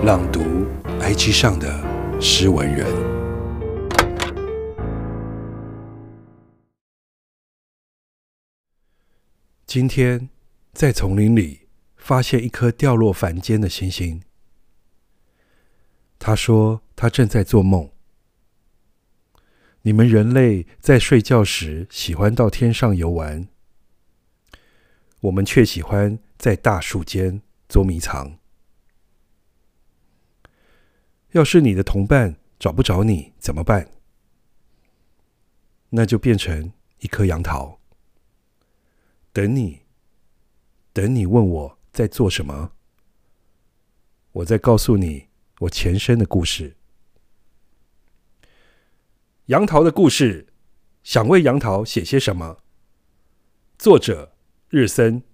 朗读 IG 上的诗文人。今天在丛林里发现一颗掉落凡间的星星。他说他正在做梦。你们人类在睡觉时喜欢到天上游玩，我们却喜欢在大树间捉迷藏。要是你的同伴找不着你怎么办？那就变成一颗杨桃，等你问我在做什么，我再告诉你我前生的故事。杨桃的故事，想为杨桃写些什么？作者日森。